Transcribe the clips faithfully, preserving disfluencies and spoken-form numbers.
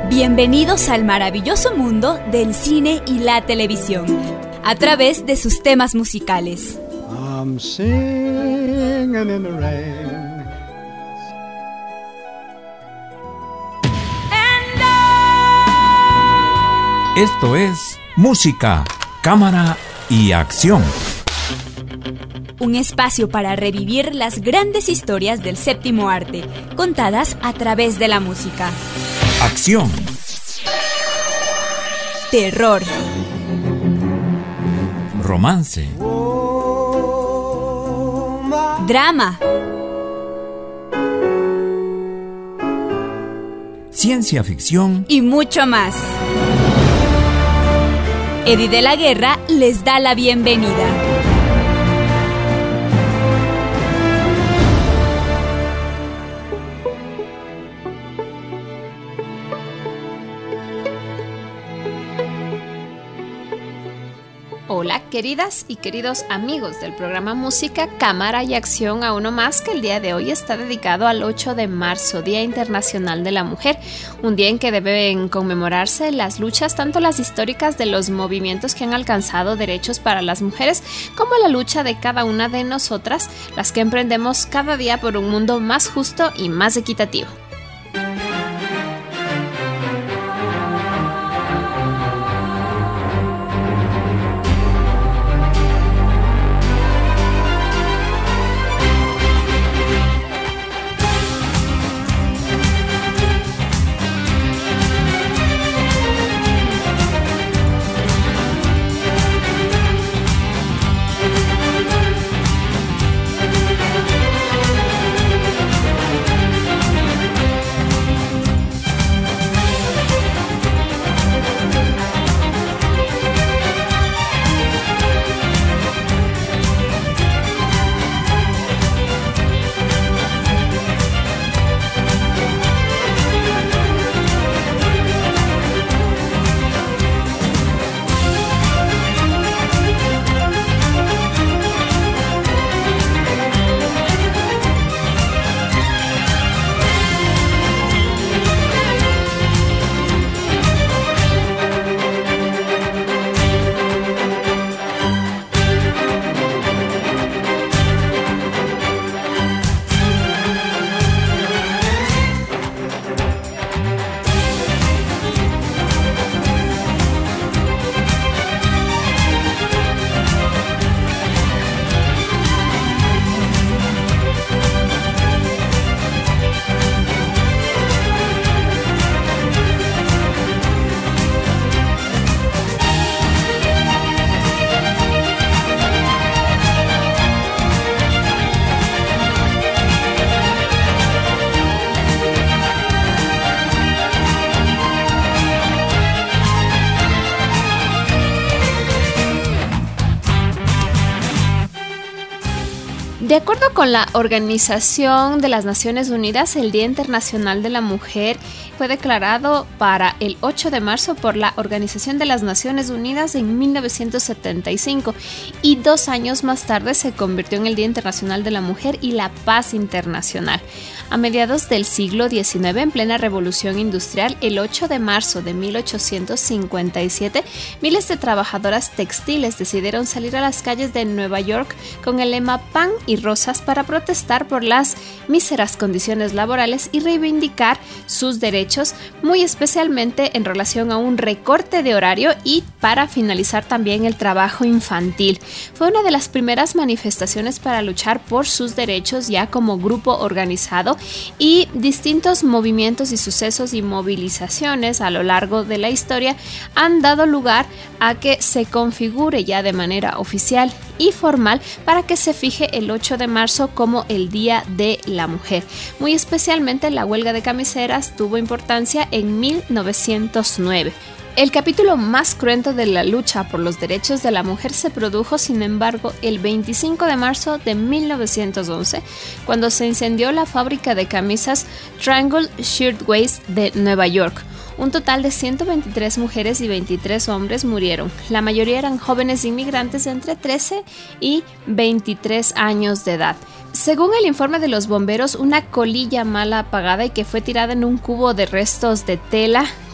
Bienvenidos al maravilloso mundo del cine y la televisión, a través de sus temas musicales. I'm singing in the rain. Esto es música, cámara y acción. Un espacio para revivir las grandes historias del séptimo arte, contadas a través de la música. Acción. Terror. Romance. Drama. Ciencia ficción. Y mucho más. Eddie de la Guerra les da la bienvenida. Hola, queridas y queridos amigos del programa Música, Cámara y Acción a uno más, que el día de hoy está dedicado al ocho de marzo, Día Internacional de la Mujer, un día en que deben conmemorarse las luchas, tanto las históricas de los movimientos que han alcanzado derechos para las mujeres, como la lucha de cada una de nosotras, las que emprendemos cada día por un mundo más justo y más equitativo. De acuerdo con la Organización de las Naciones Unidas, el Día Internacional de la Mujer fue declarado para el ocho de marzo por la Organización de las Naciones Unidas en mil novecientos setenta y cinco y dos años más tarde se convirtió en el Día Internacional de la Mujer y la Paz Internacional. A mediados del siglo diecinueve, en plena revolución industrial, el ocho de marzo de mil ochocientos cincuenta y siete, miles de trabajadoras textiles decidieron salir a las calles de Nueva York con el lema Pan y rosas para protestar por las míseras condiciones laborales y reivindicar sus derechos, muy especialmente en relación a un recorte de horario y para finalizar también el trabajo infantil. Fue una de las primeras manifestaciones para luchar por sus derechos ya como grupo organizado, y distintos movimientos y sucesos y movilizaciones a lo largo de la historia han dado lugar a que se configure ya de manera oficial y formal para que se fije el ocho de marzo como el Día de la Mujer. Muy especialmente la huelga de camiseras tuvo importancia en mil novecientos nueve. El capítulo más cruento de la lucha por los derechos de la mujer se produjo, sin embargo, el veinticinco de marzo de mil novecientos once, cuando se incendió la fábrica de camisas Triangle Shirtwaist de Nueva York. Un total de ciento veintitrés mujeres y veintitrés hombres murieron. La mayoría eran jóvenes inmigrantes de entre trece y veintitrés años de edad. Según el informe de los bomberos, una colilla mal apagada y que fue tirada en un cubo de restos de tela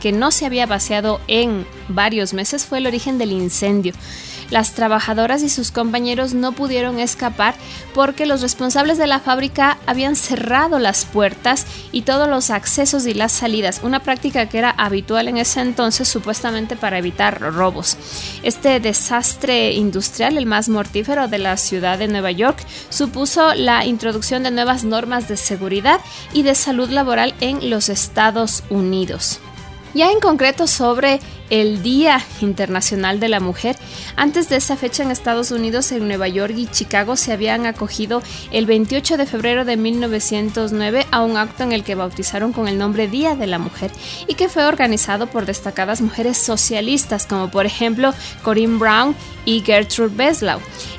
que no se había vaciado en varios meses fue el origen del incendio. Las trabajadoras y sus compañeros no pudieron escapar porque los responsables de la fábrica habían cerrado las puertas y todos los accesos y las salidas, una práctica que era habitual en ese entonces supuestamente para evitar robos. Este desastre industrial, el más mortífero de la ciudad de Nueva York, supuso la introducción de nuevas normas de seguridad y de salud laboral en los Estados Unidos. Ya en concreto sobre el Día Internacional de la Mujer, antes de esa fecha en Estados Unidos, en Nueva York y Chicago se habían acogido el veintiocho de febrero de mil novecientos nueve a un acto en el que bautizaron con el nombre Día de la Mujer y que fue organizado por destacadas mujeres socialistas como por ejemplo Corinne Brown y Gertrude Breslau.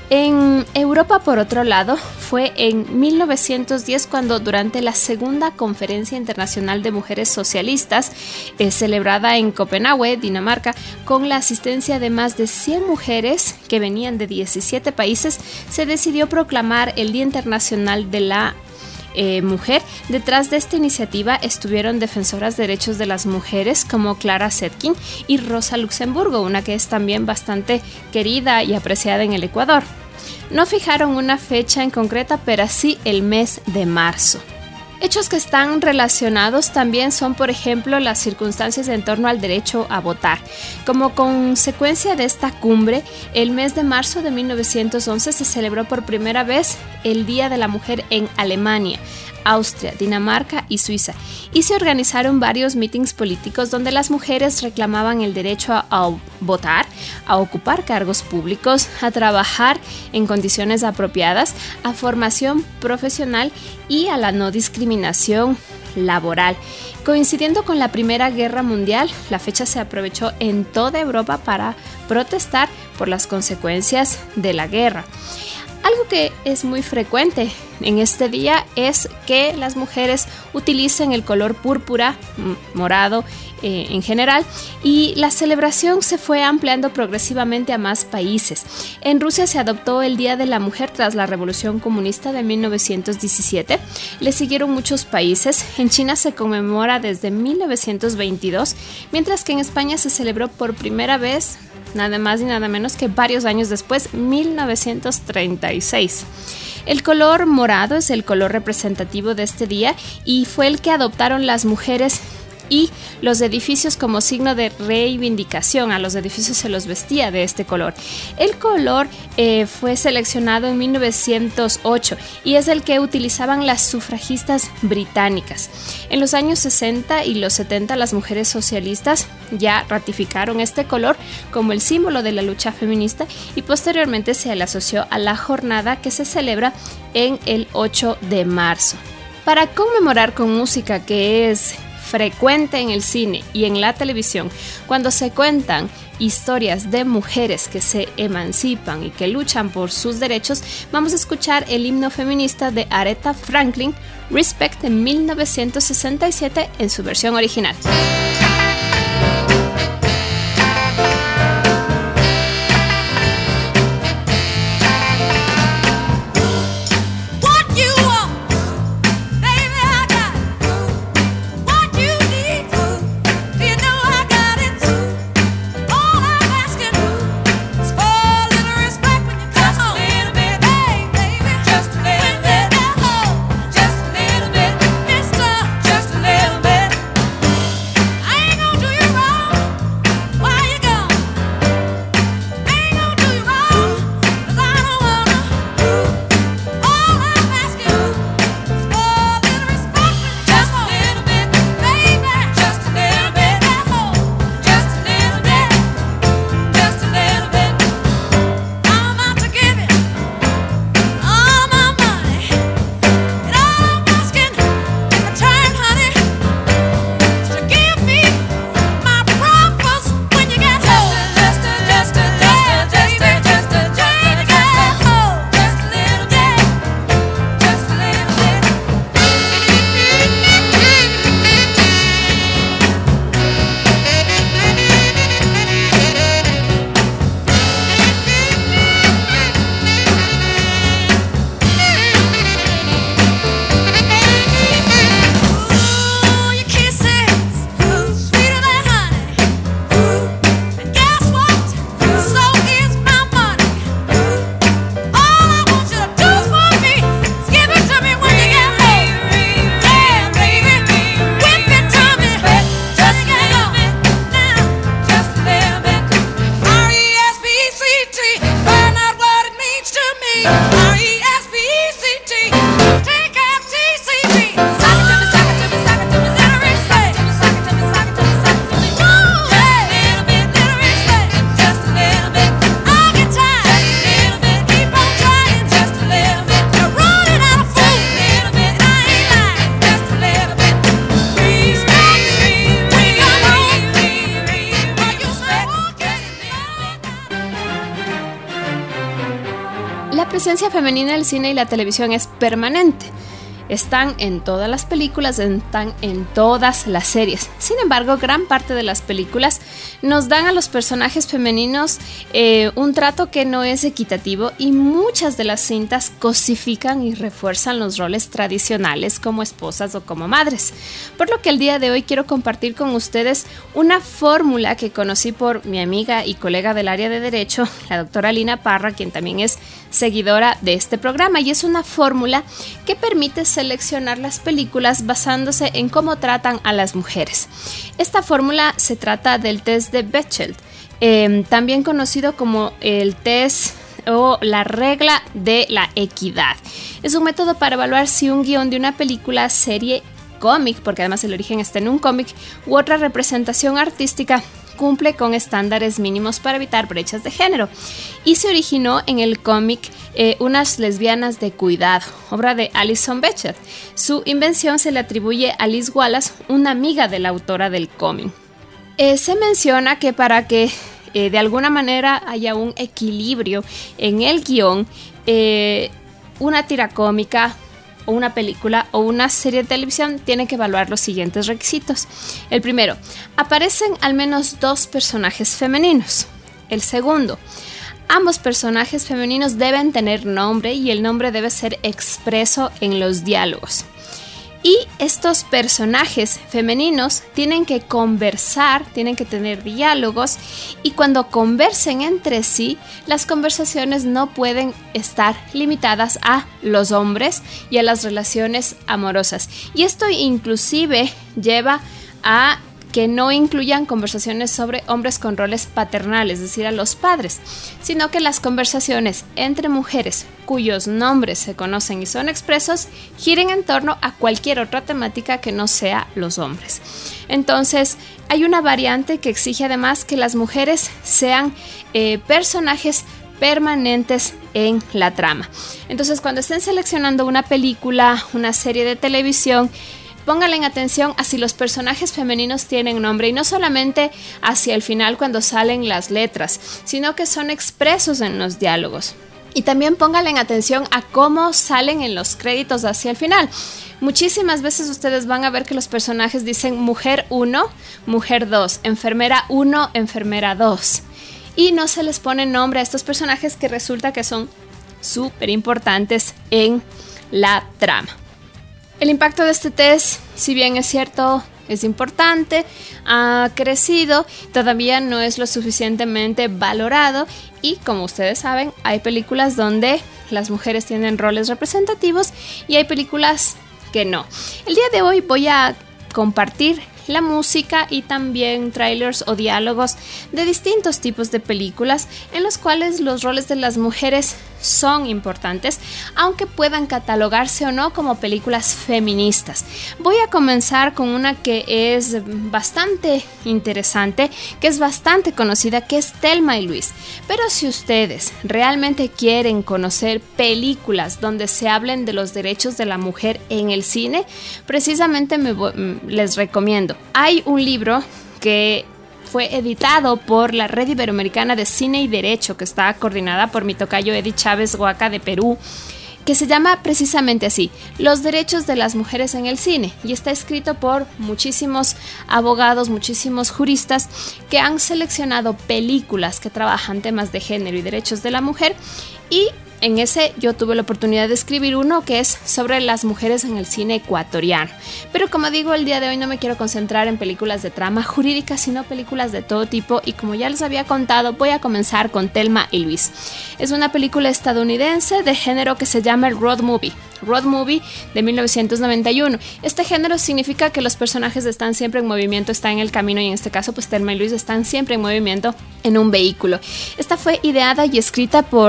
En Europa, por otro lado, fue en mil novecientos diez cuando durante la segunda Conferencia Internacional de Mujeres Socialistas, eh, celebrada en Copenhague, Dinamarca, con la asistencia de más de cien mujeres que venían de diecisiete países, se decidió proclamar el Día Internacional de la Eh, mujer. Detrás de esta iniciativa estuvieron defensoras de derechos de las mujeres como Clara Zetkin y Rosa Luxemburgo, una que es también bastante querida y apreciada en el Ecuador. No fijaron una fecha en concreta, pero sí el mes de marzo. Hechos que están relacionados también son, por ejemplo, las circunstancias en torno al derecho a votar. Como consecuencia de esta cumbre, el mes de marzo de mil novecientos once se celebró por primera vez el Día de la Mujer en Alemania, Austria, Dinamarca y Suiza, y se organizaron varios mítines políticos donde las mujeres reclamaban el derecho a, a votar, a ocupar cargos públicos, a trabajar en condiciones apropiadas, a formación profesional y a la no discriminación laboral. Coincidiendo con la Primera Guerra Mundial, la fecha se aprovechó en toda Europa para protestar por las consecuencias de la guerra. Algo que es muy frecuente en este día es que las mujeres utilicen el color púrpura, morado eh, en general, y la celebración se fue ampliando progresivamente a más países. En Rusia se adoptó el Día de la Mujer tras la Revolución Comunista de mil novecientos diecisiete. Le siguieron muchos países. En China se conmemora desde mil novecientos veintidós, mientras que en España se celebró por primera vez nada más y nada menos que varios años después, mil novecientos treinta y seis. El color morado es el color representativo de este día y fue el que adoptaron las mujeres y los edificios como signo de reivindicación. A los edificios se los vestía de este color. El color eh, fue seleccionado en mil novecientos ocho y es el que utilizaban las sufragistas británicas. En los años sesenta y los setenta las mujeres socialistas ya ratificaron este color como el símbolo de la lucha feminista y posteriormente se le asoció a la jornada que se celebra en el ocho de marzo. Para conmemorar con música, que es frecuente en el cine y en la televisión, cuando se cuentan historias de mujeres que se emancipan y que luchan por sus derechos, vamos a escuchar el himno feminista de Aretha Franklin, Respect, en mil novecientos sesenta y siete en su versión original. I R E S P E C T. Take out T C T. Sock it to me, sock it to me, sock it to me, seriously. Sock it to me, sock it to me, sock it to me. Woo! Yeah, little bit, seriously. Just a little bit. I get tired. Little bit. Keep on trying. Just a little bit. Now run it out of fool. Little bit. I ain't lying. Just a little bit. Read, read, read, read, read, read, read. What you say? Okay. La presencia femenina en el cine y la televisión es permanente. Están en todas las películas, están en todas las series. Sin embargo, gran parte de las películas nos dan a los personajes femeninos eh, un trato que no es equitativo, y muchas de las cintas cosifican y refuerzan los roles tradicionales como esposas o como madres. Por lo que el día de hoy quiero compartir con ustedes una fórmula que conocí por mi amiga y colega del área de Derecho, la doctora Lina Parra, quien también es seguidora de este programa, y es una fórmula que permite seleccionar las películas basándose en cómo tratan a las mujeres. Esta fórmula se trata del test de Bechdel, eh, también conocido como el test o la regla de la equidad. Es un método para evaluar si un guión de una película, serie, cómic, porque además el origen está en un cómic, u otra representación artística cumple con estándares mínimos para evitar brechas de género, y se originó en el cómic eh, Unas lesbianas de cuidado, obra de Alison Bechdel. Su invención se le atribuye a Liz Wallace, una amiga de la autora del cómic. Eh, se menciona que para que eh, de alguna manera haya un equilibrio en el guión, eh, una tira cómica o una película o una serie de televisión tiene que evaluar los siguientes requisitos. El primero, aparecen al menos dos personajes femeninos. El segundo, ambos personajes femeninos deben tener nombre y el nombre debe ser expreso en los diálogos. Y estos personajes femeninos tienen que conversar, tienen que tener diálogos, y cuando conversen entre sí, las conversaciones no pueden estar limitadas a los hombres y a las relaciones amorosas. Y esto inclusive lleva a que no incluyan conversaciones sobre hombres con roles paternales, es decir, a los padres, sino que las conversaciones entre mujeres cuyos nombres se conocen y son expresos giren en torno a cualquier otra temática que no sea los hombres. Entonces, hay una variante que exige además que las mujeres sean eh, personajes permanentes en la trama. Entonces, cuando estén seleccionando una película, una serie de televisión, pónganle en atención a si los personajes femeninos tienen nombre, y no solamente hacia el final cuando salen las letras, sino que son expresos en los diálogos. Y también pónganle en atención a cómo salen en los créditos hacia el final. Muchísimas veces ustedes van a ver que los personajes dicen mujer uno, mujer dos, enfermera uno, enfermera dos. Y no se les pone nombre a estos personajes que resulta que son súper importantes en la trama. El impacto de este test, si bien es cierto, es importante, ha crecido, todavía no es lo suficientemente valorado, y como ustedes saben, hay películas donde las mujeres tienen roles representativos y hay películas que no. El día de hoy voy a compartir la música y también trailers o diálogos de distintos tipos de películas en los cuales los roles de las mujeres son importantes, aunque puedan catalogarse o no como películas feministas. Voy a comenzar con una que es bastante interesante, que es bastante conocida, que es Thelma y Luis. Pero si ustedes realmente quieren conocer películas donde se hablen de los derechos de la mujer en el cine, precisamente me voy, les recomiendo. Hay un libro que fue editado por la Red Iberoamericana de Cine y Derecho, que está coordinada por mi tocayo Eddie Chávez Huaca de Perú, que se llama precisamente así, Los derechos de las mujeres en el cine, y está escrito por muchísimos abogados, muchísimos juristas que han seleccionado películas que trabajan temas de género y derechos de la mujer, y en ese yo tuve la oportunidad de escribir uno que es sobre las mujeres en el cine ecuatoriano. Pero como digo, el día de hoy no me quiero concentrar en películas de trama jurídica, sino películas de todo tipo, y como ya les había contado, voy a comenzar con Thelma y Luis. Es una película estadounidense de género que se llama el road movie. Road movie de mil novecientos noventa y uno. Este género significa que los personajes están siempre en movimiento, están en el camino, y en este caso pues Thelma y Luis están siempre en movimiento en un vehículo. Esta fue ideada y escrita por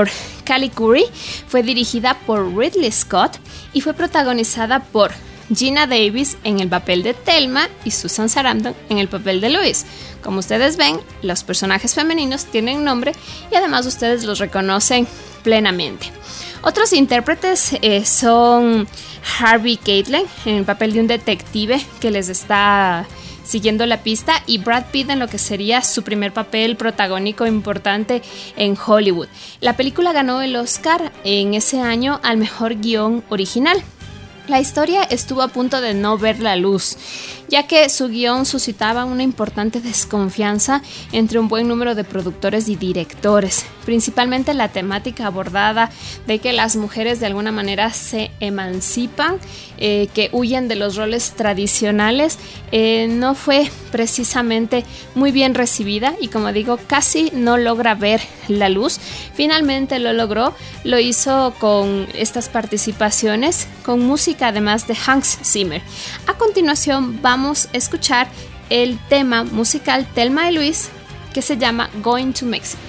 Callie Curry, fue dirigida por Ridley Scott y fue protagonizada por Geena Davis en el papel de Thelma y Susan Sarandon en el papel de Louise. Como ustedes ven, los personajes femeninos tienen nombre y además ustedes los reconocen plenamente. Otros intérpretes eh, son Harvey Keitel en el papel de un detective que les está siguiendo la pista, y Brad Pitt en lo que sería su primer papel protagónico importante en Hollywood. La película ganó el Oscar en ese año al mejor guión original. La historia estuvo a punto de no ver la luz, ya que su guión suscitaba una importante desconfianza entre un buen número de productores y directores, principalmente la temática abordada de que las mujeres de alguna manera se emancipan, eh, que huyen de los roles tradicionales, eh, no fue precisamente muy bien recibida y, como digo, casi no logra ver la luz. Finalmente lo logró, lo hizo con estas participaciones, con música además de Hans Zimmer. A continuación vamos a escuchar el tema musical Thelma y Louise, que se llama Going to Mexico.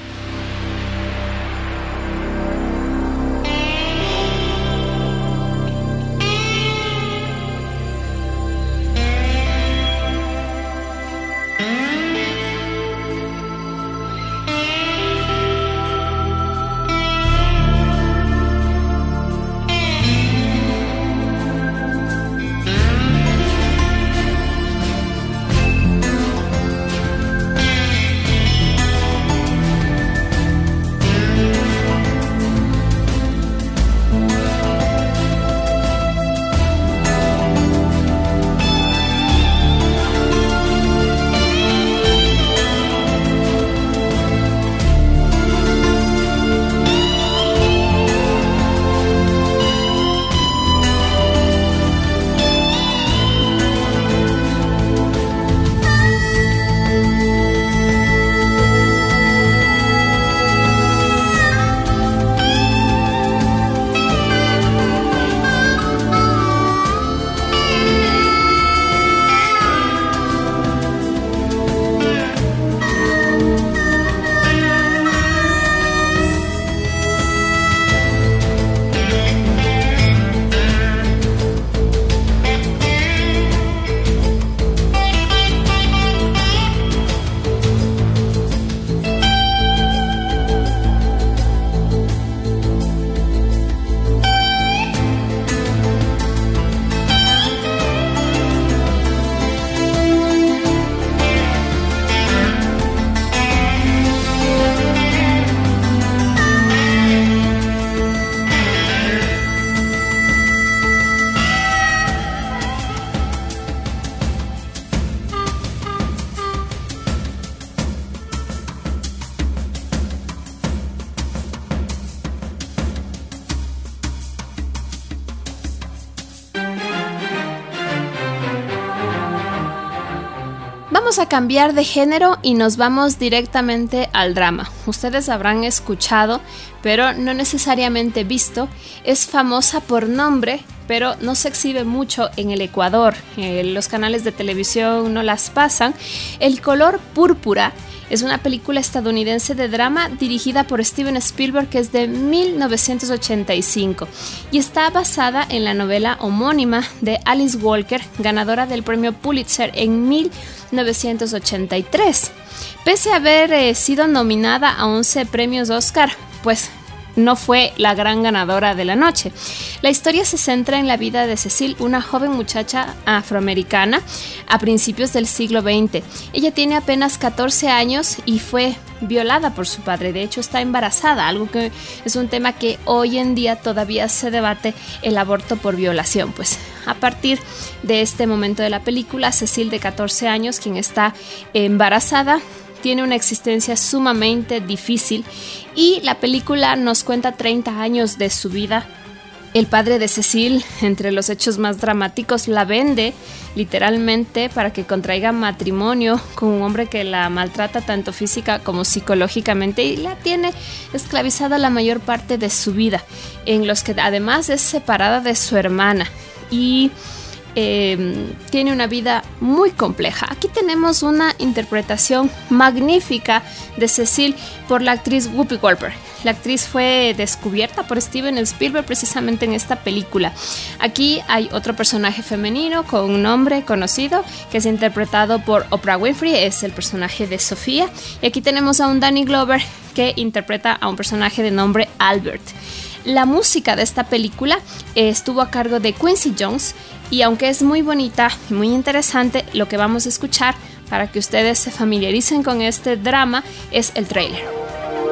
Vamos a cambiar de género y nos vamos directamente al drama. Ustedes habrán escuchado, pero no necesariamente visto. Es famosa por nombre, pero no se exhibe mucho en el Ecuador. Eh, los canales de televisión no las pasan. El color púrpura es una película estadounidense de drama dirigida por Steven Spielberg, que es de mil novecientos ochenta y cinco y está basada en la novela homónima de Alice Walker, ganadora del premio Pulitzer en mil novecientos ochenta y tres. Pese a haber eh, sido nominada a once premios Oscar, pues no fue la gran ganadora de la noche. La historia se centra en la vida de Cecile, una joven muchacha afroamericana a principios del siglo veinte. Ella tiene apenas catorce años y fue violada por su padre. De hecho, está embarazada, algo que es un tema que hoy en día todavía se debate, el aborto por violación. Pues a partir de este momento de la película, Cecile, de catorce años, quien está embarazada, tiene una existencia sumamente difícil y la película nos cuenta treinta años de su vida. El padre de Cecile, entre los hechos más dramáticos, la vende literalmente para que contraiga matrimonio con un hombre que la maltrata tanto física como psicológicamente y la tiene esclavizada la mayor parte de su vida, en los que además es separada de su hermana. Y eh, tiene una vida muy compleja. Aquí tenemos una interpretación magnífica de Cecil por la actriz Whoopi Goldberg. La actriz fue descubierta por Steven Spielberg precisamente en esta película. Aquí hay otro personaje femenino con un nombre conocido que es interpretado por Oprah Winfrey, es el personaje de Sofía. Y aquí tenemos a un Danny Glover que interpreta a un personaje de nombre Albert. La música de esta película eh, estuvo a cargo de Quincy Jones, y aunque es muy bonita y muy interesante, lo que vamos a escuchar para que ustedes se familiaricen con este drama es el tráiler.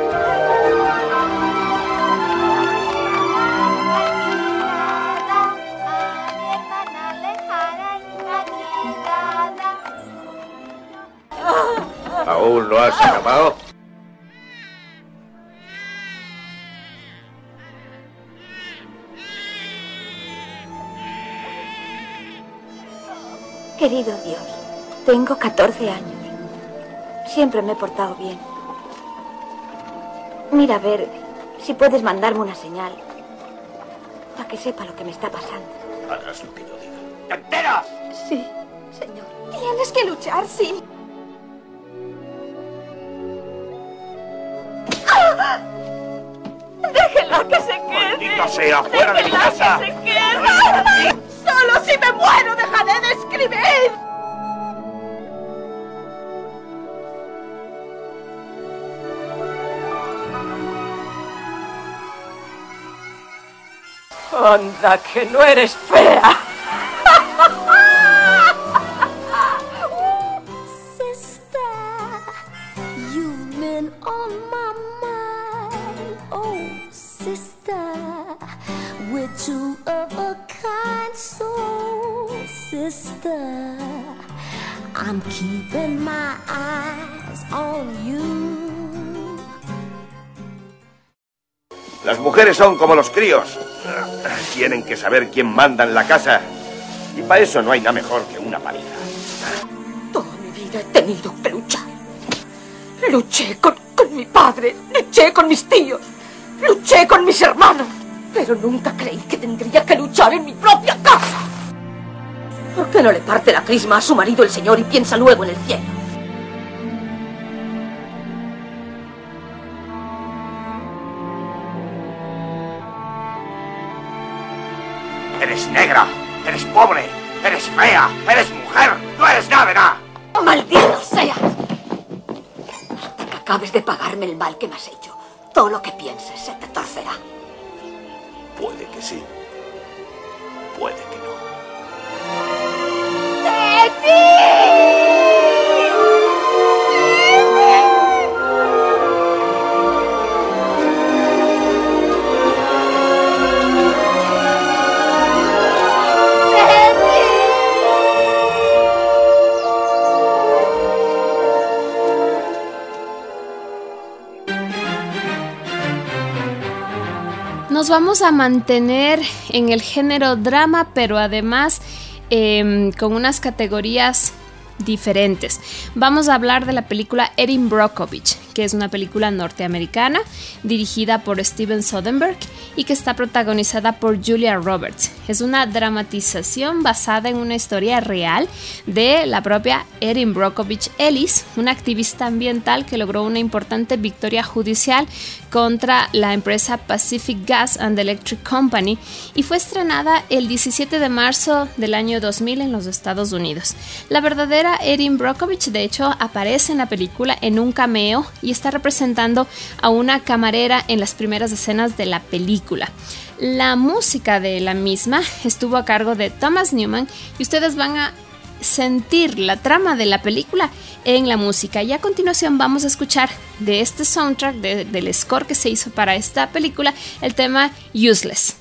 ¿Aún no has acabado? Querido Dios, tengo catorce años. Siempre me he portado bien. Mira a ver si puedes mandarme una señal para que sepa lo que me está pasando. Harás lo que yo diga. ¿Te enteras? Sí, señor. Tienes que luchar, sí. Déjenla que se quede. ¡Maldita sea! ¡Fuera de mi casa! ¡Que se quede! ¡Solo si me muero dejaré de escribir! ¡Anda, que no eres fea! Two of a kind soul, sister. I'm keeping my eyes on you. Las mujeres son como los críos. Tienen que saber quién manda en la casa. Y para eso no hay nada mejor que una paliza. Toda mi vida he tenido que luchar. Luché con, con mi padre, luché con mis tíos, luché con mis hermanos. Pero nunca creí que tendría que luchar en mi propia casa. ¿Por qué no le parte la crisma a su marido el Señor y piensa luego en el cielo? Eres negra, eres pobre, eres fea, eres mujer, no eres nada de nada. ¡Maldito seas! Hasta que acabes de pagarme el mal que me has hecho, todo lo que pienses se te torcerá. Puede que sí, puede que no. Nos vamos a mantener en el género drama, pero además eh, con unas categorías diferentes. Vamos a hablar de la película Erin Brockovich, que es una película norteamericana dirigida por Steven Soderbergh y que está protagonizada por Julia Roberts. Es una dramatización basada en una historia real de la propia Erin Brockovich Ellis, una activista ambiental que logró una importante victoria judicial contra la empresa Pacific Gas and Electric Company, y fue estrenada el diecisiete de marzo del año dos mil en los Estados Unidos. La verdadera Erin Brockovich, de hecho, aparece en la película en un cameo y está representando a una camarera en las primeras escenas de la película. La música de la misma estuvo a cargo de Thomas Newman y ustedes van a sentir la trama de la película en la música. Y a continuación vamos a escuchar de este soundtrack, de, del score que se hizo para esta película, el tema Useless.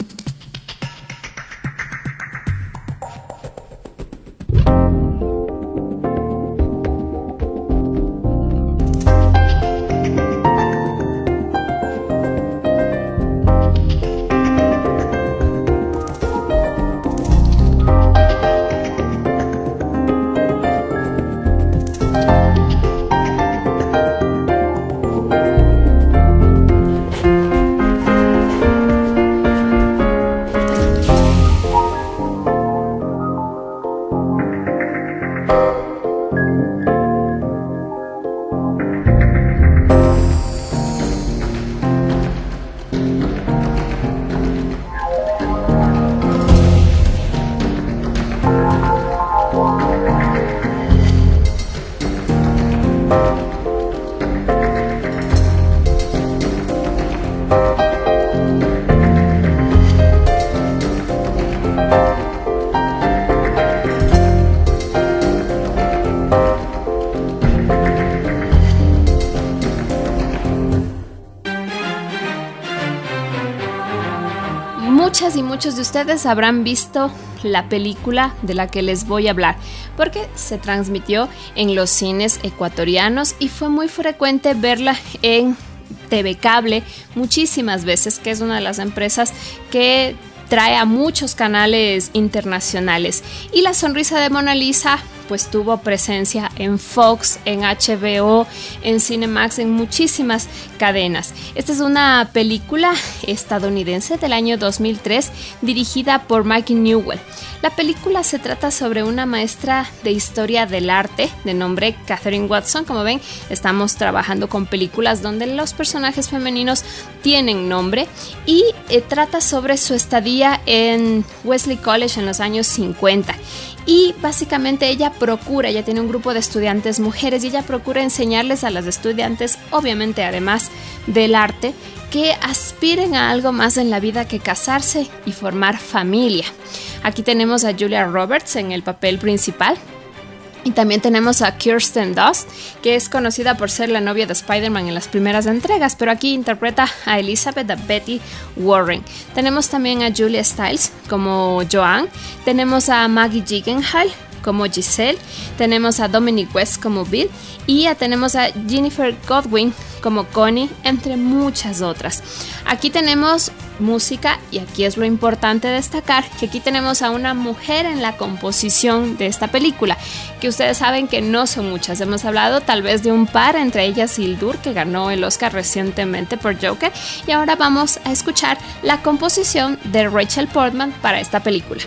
muchos de ustedes habrán visto la película de la que les voy a hablar, porque se transmitió en los cines ecuatorianos y fue muy frecuente verla en T V Cable muchísimas veces, que es una de las empresas que trae a muchos canales internacionales. Y La sonrisa de Mona Lisa pues tuvo presencia en Fox, en H B O, en Cinemax, en muchísimas cadenas. Esta es una película estadounidense del año dos mil tres dirigida por Mike Newell. La película se trata sobre una maestra de historia del arte de nombre Katherine Watson. Como ven, estamos trabajando con películas donde los personajes femeninos tienen nombre y eh, trata sobre su estadía en Wesley College en los años cincuenta. Y básicamente ella procura, ella tiene un grupo de estudiantes mujeres y ella procura enseñarles a las estudiantes, obviamente además del arte, que aspiren a algo más en la vida que casarse y formar familia. Aquí tenemos a Julia Roberts en el papel principal. Y también tenemos a Kirsten Dunst, que es conocida por ser la novia de Spider-Man en las primeras entregas, pero aquí interpreta a Elizabeth, a Betty Warren. Tenemos también a Julia Stiles como Joanne, tenemos a Maggie Gyllenhaal como Giselle, tenemos a Dominic West como Bill y ya tenemos a Jennifer Godwin como Connie, entre muchas otras. Aquí tenemos música y aquí es lo importante destacar, que aquí tenemos a una mujer en la composición de esta película, que ustedes saben que no son muchas. Hemos hablado tal vez de un par, entre ellas Hildur, que ganó el Oscar recientemente por Joker, y ahora vamos a escuchar la composición de Rachel Portman para esta película.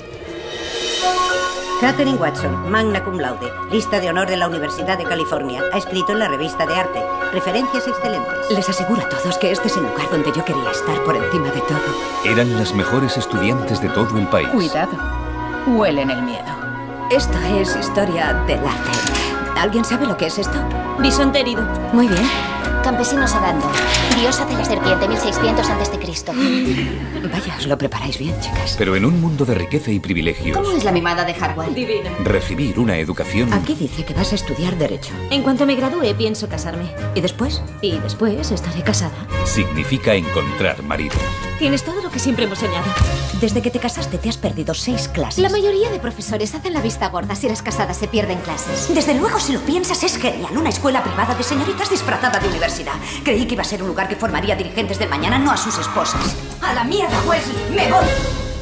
Katherine Watson, magna cum laude, lista de honor de la Universidad de California. Ha escrito en la revista de arte. Referencias excelentes. Les aseguro a todos que este es el lugar donde yo quería estar por encima de todo. Eran las mejores estudiantes de todo el país. Cuidado, huelen el miedo. Esto es historia del arte. ¿Alguien sabe lo que es esto? Bisonte herido. Muy bien. Campesino sedando. Diosa de la serpiente, mil seiscientos antes de Cristo. Vaya, os lo preparáis bien, chicas. Pero en un mundo de riqueza y privilegios. ¿Cómo es la mimada de Harwell? Divina. Recibir una educación. Aquí dice que vas a estudiar Derecho. En cuanto me gradúe, pienso casarme. ¿Y después? Y después estaré casada. Significa encontrar marido. Tienes todo lo que siempre hemos soñado. Desde que te casaste te has perdido seis clases. La mayoría de profesores hacen la vista gorda. Si eres casada se pierden clases. Desde luego, si lo piensas, es genial. Una escuela privada de señoritas disfrazada de universidad. Creí que iba a ser un lugar que formaría dirigentes del mañana, no a sus esposas. ¡A la mierda, Wesley! ¡Me voy!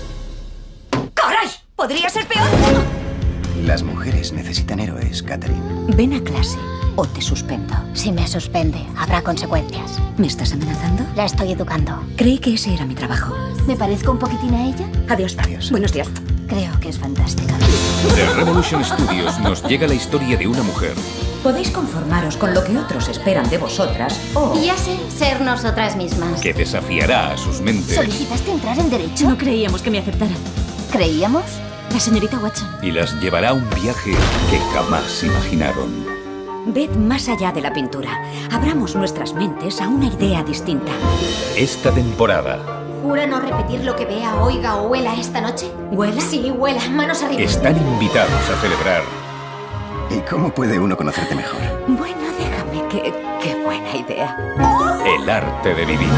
¡Caray! ¿Podría ser peor? Las mujeres necesitan héroes, Katherine. Ven a clase o te suspendo. Si me suspende, habrá consecuencias. ¿Me estás amenazando? La estoy educando. Creí que ese era mi trabajo. ¿Me parezco un poquitín a ella? Adiós. Adiós. Buenos días. Creo que es fantástica. De Revolution Studios nos llega la historia de una mujer. Podéis conformaros con lo que otros esperan de vosotras o... Ya sé, ser nosotras mismas. Que desafiará a sus mentes. ¿Solicitaste entrar en Derecho? No creíamos que me aceptaran. ¿Creíamos? La señorita Watson. Y las llevará a un viaje que jamás imaginaron. Ved más allá de la pintura. Abramos nuestras mentes a una idea distinta. Esta temporada... ¿Jura no repetir lo que vea, oiga o huela esta noche? ¿Huela? Sí, huela. Manos arriba. Están invitados a celebrar... ¿Y cómo puede uno conocerte mejor? Bueno, déjame que... ¡Qué buena idea! El arte de vivir.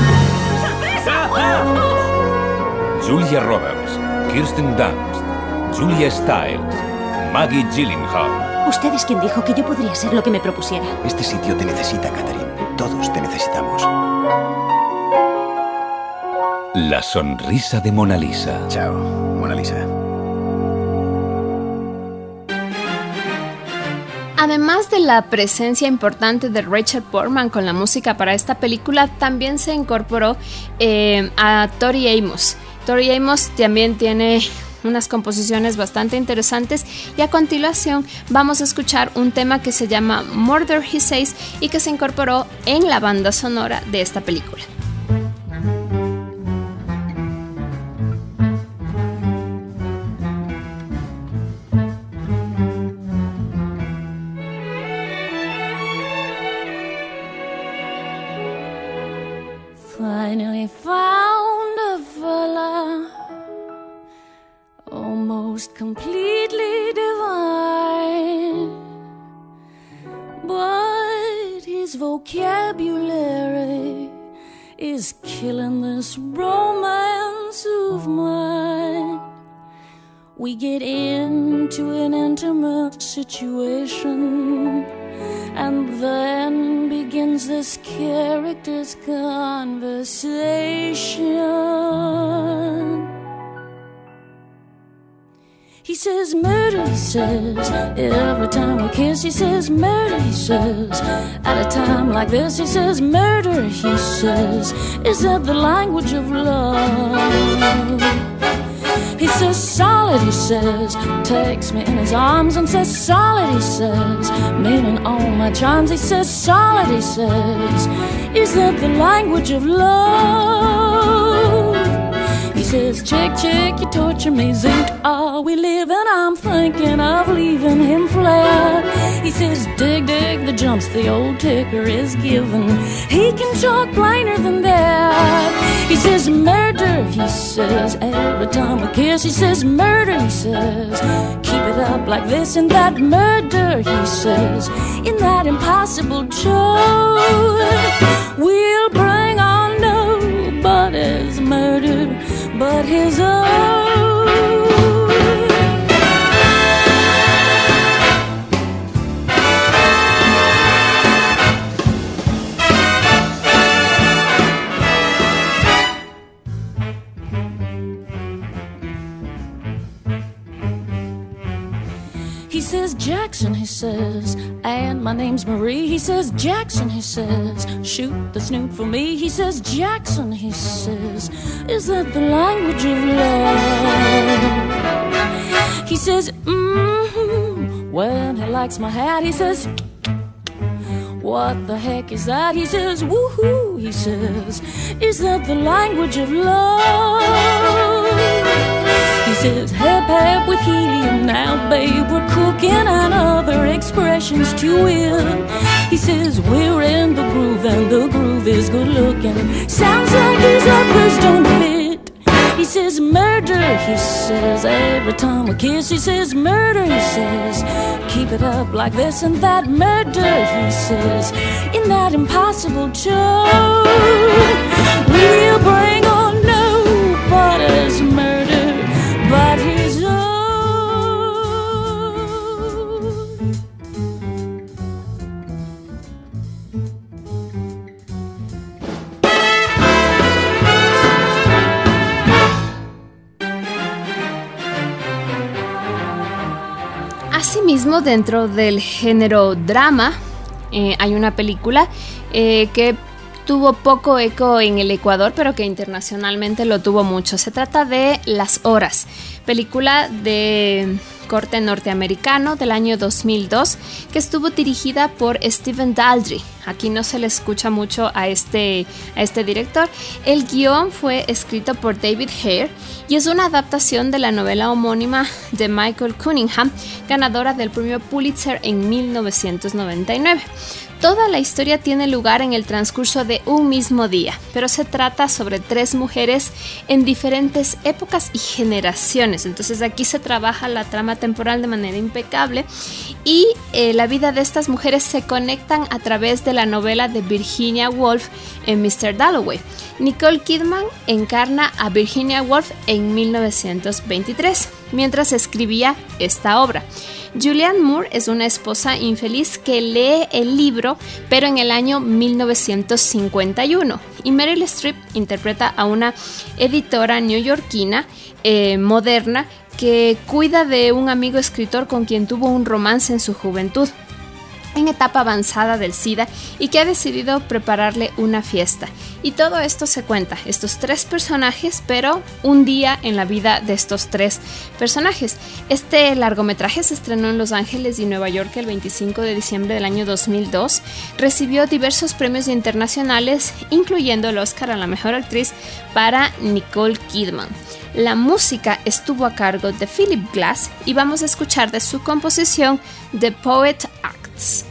Julia Roberts, Kirsten Dunst, Julia Stiles, Maggie Gyllenhaal. Usted es quien dijo que yo podría ser lo que me propusiera. Este sitio te necesita, Katherine. Todos te necesitamos. La sonrisa de Mona Lisa. Chao, Mona Lisa. Además de la presencia importante de Rachel Portman con la música para esta película, también se incorporó eh, a Tori Amos. Tori Amos también tiene unas composiciones bastante interesantes y a continuación vamos a escuchar un tema que se llama Murder He Says y que se incorporó en la banda sonora de esta película. Finally found a fella almost completely divine, but his vocabulary is killing this romance of mine. We get into an intimate situation, and then begins this character's conversation. He says murder, he says, every time we kiss. He says murder, he says, at a time like this. He says murder, he says, is that the language of love? He says solid, he says, takes me in his arms and says solid, he says, meaning all my charms. He says solid, he says, is that the language of love? He says, chick, chick, you torture me, zink, are we living? I'm thinking of leaving him flat. He says, dig, dig, the jumps the old ticker is giving. He can talk plainer than that. He says, murder, he says, every time we kiss. He says, murder, he says, keep it up like this. And that murder, he says, in that impossible tone, we'll bring on nobody's murder but his own. He says, Jackson, he says, and my name's Marie. He says, Jackson, he says, shoot the snoot for me. He says, Jackson, he says, is that the language of love? He says, mm-hmm, when he likes my hat. He says, what the heck is that? He says, woohoo, he says, is that the language of love? He says, hep hep with helium now, babe, we're cooking, and other expressions to it. He says, we're in the groove, and the groove is good looking. Sounds like his uppers don't fit. He says, murder, he says, every time we kiss. He says, murder, he says, keep it up like this. And that murder, he says, in that impossible tone, we'll bring on nobody's murder but his own. Asimismo, dentro del género drama, eh, hay una película eh, que tuvo poco eco en el Ecuador, pero que internacionalmente lo tuvo mucho. Se trata de Las Horas, película de corte norteamericano del año dos mil dos, que estuvo dirigida por Stephen Daldry. Aquí no se le escucha mucho a este, a este director. El guión fue escrito por David Hare y es una adaptación de la novela homónima de Michael Cunningham, ganadora del premio Pulitzer en mil novecientos noventa y nueve. Toda la historia tiene lugar en el transcurso de un mismo día, pero se trata sobre tres mujeres en diferentes épocas y generaciones. Entonces aquí se trabaja la trama temporal de manera impecable y eh, la vida de estas mujeres se conectan a través de la novela de Virginia Woolf en mister Dalloway. Nicole Kidman encarna a Virginia Woolf en mil novecientos veintitrés, mientras escribía esta obra. Julianne Moore es una esposa infeliz que lee el libro, pero en el año mil novecientos cincuenta y uno. Y Meryl Streep interpreta a una editora neoyorquina eh, moderna que cuida de un amigo escritor con quien tuvo un romance en su juventud, en etapa avanzada del SIDA, y que ha decidido prepararle una fiesta. Y todo esto se cuenta, estos tres personajes, pero un día en la vida de estos tres personajes. Este largometraje se estrenó en Los Ángeles y Nueva York el veinticinco de diciembre del año dos mil dos. Recibió diversos premios internacionales, incluyendo el Oscar a la mejor actriz para Nicole Kidman. La música estuvo a cargo de Philip Glass y vamos a escuchar de su composición The Poet Acts.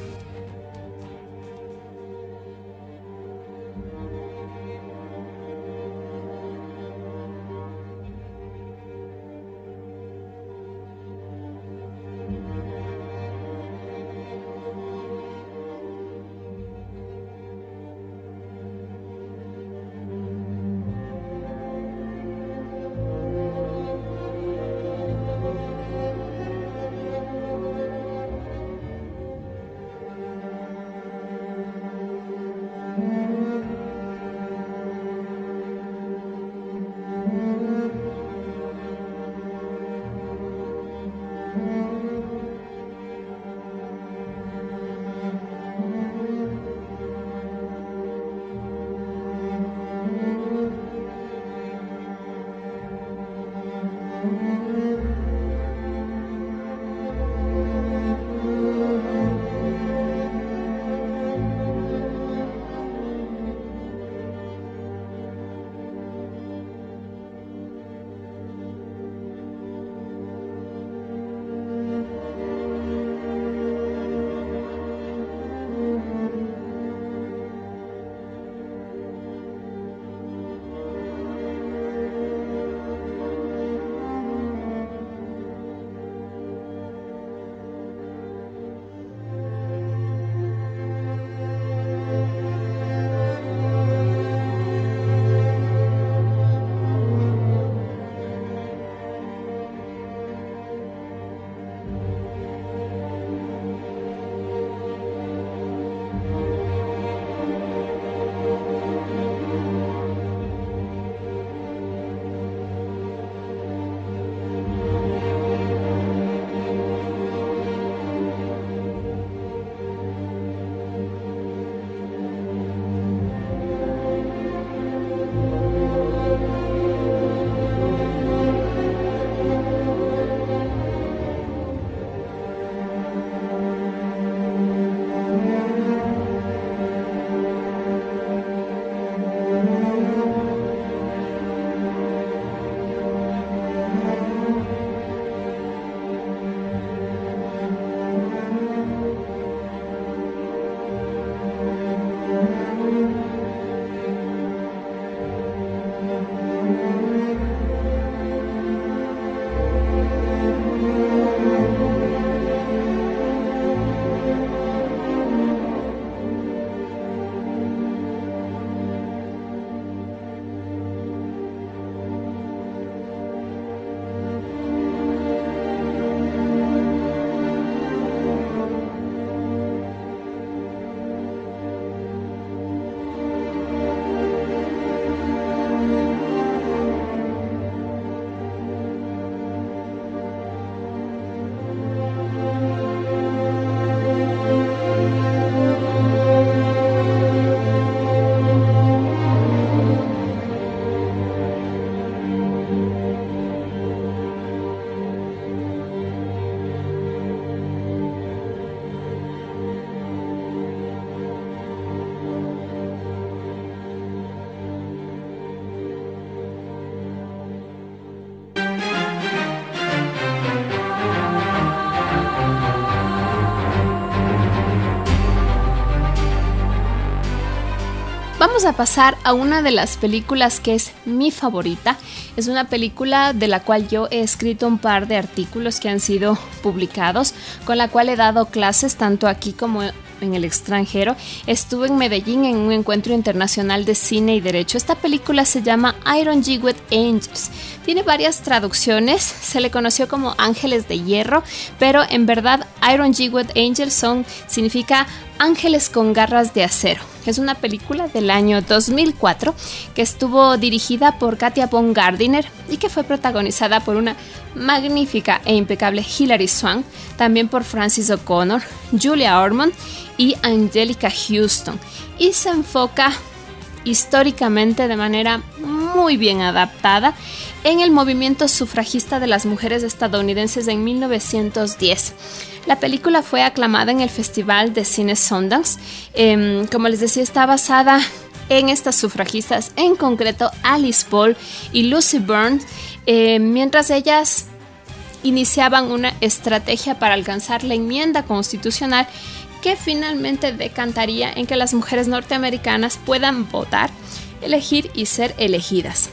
Vamos a pasar a una de las películas que es mi favorita. Es una película de la cual yo he escrito un par de artículos que han sido publicados, con la cual he dado clases tanto aquí como en el extranjero. Estuve en Medellín en un encuentro internacional de cine y derecho. Esta película se llama Iron Jigwet Angels. Tiene varias traducciones, se le conoció como Ángeles de Hierro, pero en verdad Iron Jigwet Angels son, significa Ángeles con garras de acero. Es una película del año dos mil cuatro que estuvo dirigida por Katja von Gardiner y que fue protagonizada por una magnífica e impecable Hilary Swank, también por Frances O'Connor, Julia Ormond y Angelica Houston, y se enfoca históricamente de manera muy bien adaptada en el movimiento sufragista de las mujeres estadounidenses en mil novecientos diez. La película fue aclamada en el Festival de Cine Sundance. Eh, como les decía, está basada en estas sufragistas, en concreto Alice Paul y Lucy Burns, eh, mientras ellas iniciaban una estrategia para alcanzar la enmienda constitucional que finalmente decantaría en que las mujeres norteamericanas puedan votar, elegir y ser elegidas.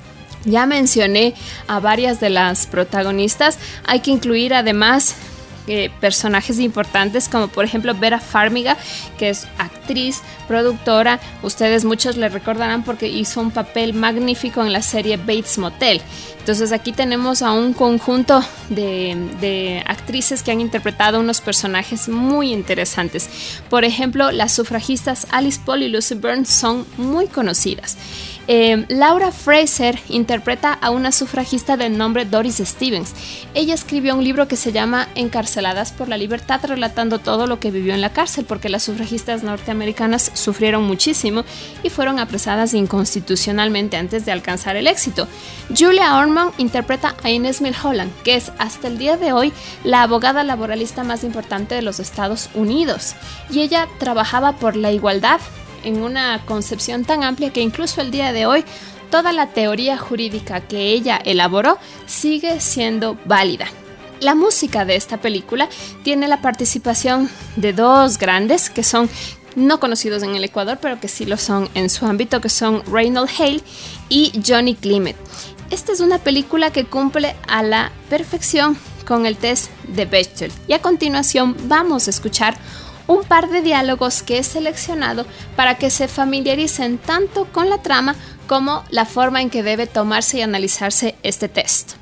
Ya mencioné a varias de las protagonistas. Hay que incluir además eh, personajes importantes como por ejemplo Vera Farmiga, que es actriz, productora. Ustedes muchos le recordarán porque hizo un papel magnífico en la serie Bates Motel. Entonces aquí tenemos a un conjunto de, de actrices que han interpretado unos personajes muy interesantes. Por ejemplo, las sufragistas Alice Paul y Lucy Burns son muy conocidas. Eh, Laura Fraser interpreta a una sufragista de nombre Doris Stevens. Ella escribió un libro que se llama Encarceladas por la Libertad, relatando todo lo que vivió en la cárcel, porque las sufragistas norteamericanas sufrieron muchísimo y fueron apresadas inconstitucionalmente antes de alcanzar el éxito. Julia Ormond interpreta a Inez Milholland, que es hasta el día de hoy la abogada laboralista más importante de los Estados Unidos, y ella trabajaba por la igualdad en una concepción tan amplia que incluso el día de hoy toda la teoría jurídica que ella elaboró sigue siendo válida. La música de esta película tiene la participación de dos grandes que son no conocidos en el Ecuador, pero que sí lo son en su ámbito, que son Reynold Hale y Johnny Clement. Esta es una película que cumple a la perfección con el test de Bechdel. Y a continuación vamos a escuchar un par de diálogos que he seleccionado para que se familiaricen tanto con la trama como la forma en que debe tomarse y analizarse este test.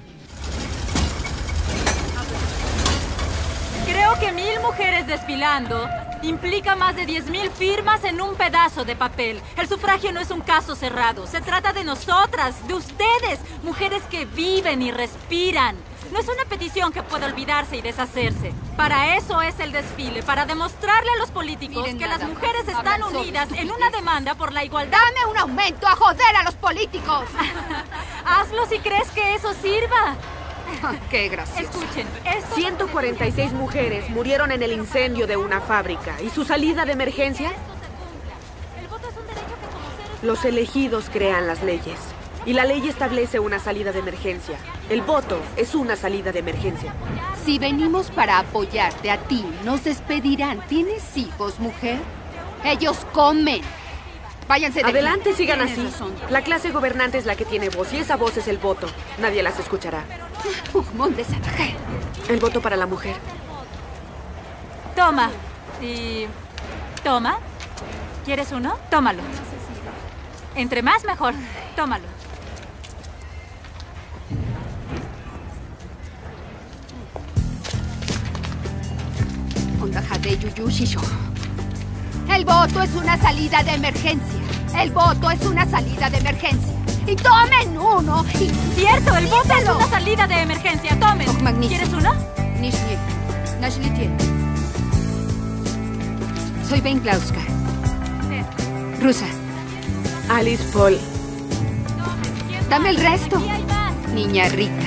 Creo que mil mujeres desfilando implica más de diez mil firmas en un pedazo de papel. El sufragio no es un caso cerrado. Se trata de nosotras, de ustedes, mujeres que viven y respiran. No es una petición que pueda olvidarse y deshacerse. Para eso es el desfile, para demostrarle a los políticos Miren que nada, las mujeres están unidas en una demanda por la igualdad. ¡Dame un aumento a joder a los políticos! Hazlo si crees que eso sirva. ¡Qué gracioso! Escuchen, esto... ciento cuarenta y seis mujeres murieron en el incendio de una fábrica. ¿Y su salida de emergencia? Los elegidos crean las leyes. Y la ley establece una salida de emergencia. El voto es una salida de emergencia. Si venimos para apoyarte a ti, nos despedirán. ¿Tienes hijos, mujer? Ellos comen. Váyanse de Adelante, aquí. sigan así. La clase gobernante es la que tiene voz y esa voz es el voto. Nadie las escuchará. El voto para la mujer. Toma. Y... Toma. ¿Quieres uno? Tómalo. Entre más, mejor. Tómalo. El voto es una salida de emergencia. El voto es una salida de emergencia. Y tomen uno. Y cierto, el voto es una salida de emergencia. Tomen. Oh, ¿Quieres uno? Soy Ben Klauska. Rusa. Alice Paul. Dame el resto. Niña rica.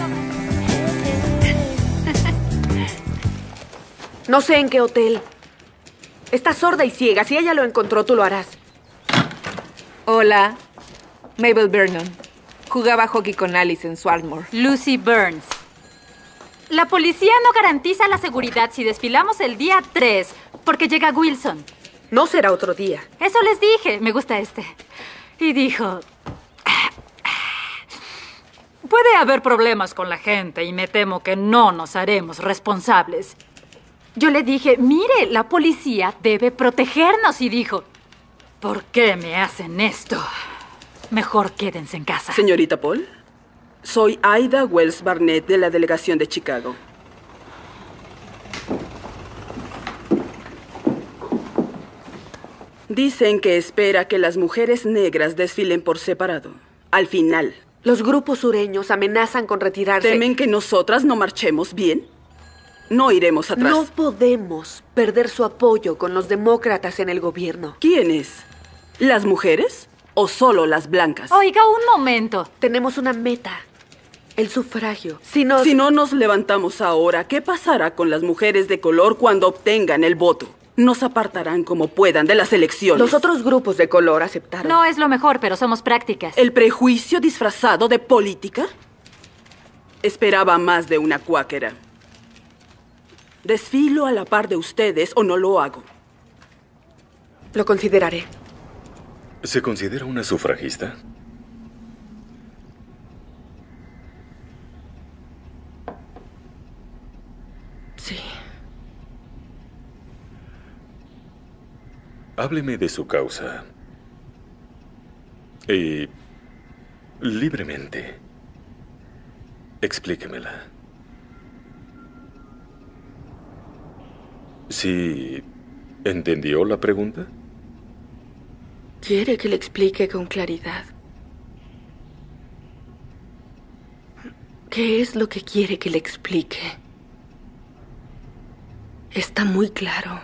No sé en qué hotel. Está sorda y ciega. Si ella lo encontró, tú lo harás. Hola. Mabel Vernon. Jugaba hockey con Alice en Swarthmore. Lucy Burns. La policía no garantiza la seguridad si desfilamos el día tres, porque llega Wilson. No será otro día. Eso les dije. Me gusta este. Y dijo... Puede haber problemas con la gente y me temo que no nos haremos responsables. Yo le dije, mire, la policía debe protegernos. Y dijo, ¿por qué me hacen esto? Mejor quédense en casa. Señorita Paul, soy Aida Wells Barnett de la delegación de Chicago. Dicen que espera que las mujeres negras desfilen por separado. Al final. Los grupos sureños amenazan con retirarse. ¿Temen que nosotras no marchemos bien? No iremos atrás. No podemos perder su apoyo con los demócratas en el gobierno. ¿Quiénes? ¿Las mujeres o solo las blancas? Oiga, un momento. Tenemos una meta. El sufragio. Si nos... Si no nos levantamos ahora, ¿qué pasará con las mujeres de color cuando obtengan el voto? Nos apartarán como puedan de las elecciones. Los otros grupos de color aceptaron. No es lo mejor, pero somos prácticas. ¿El prejuicio disfrazado de política? Esperaba más de una cuáquera. ¿Desfilo a la par de ustedes o no lo hago? Lo consideraré. ¿Se considera una sufragista? Sí. Hábleme de su causa. Y... libremente. Explíquemela. ¿Sí entendió la pregunta? ¿Quiere que le explique con claridad? ¿Qué es lo que quiere que le explique? Está muy claro.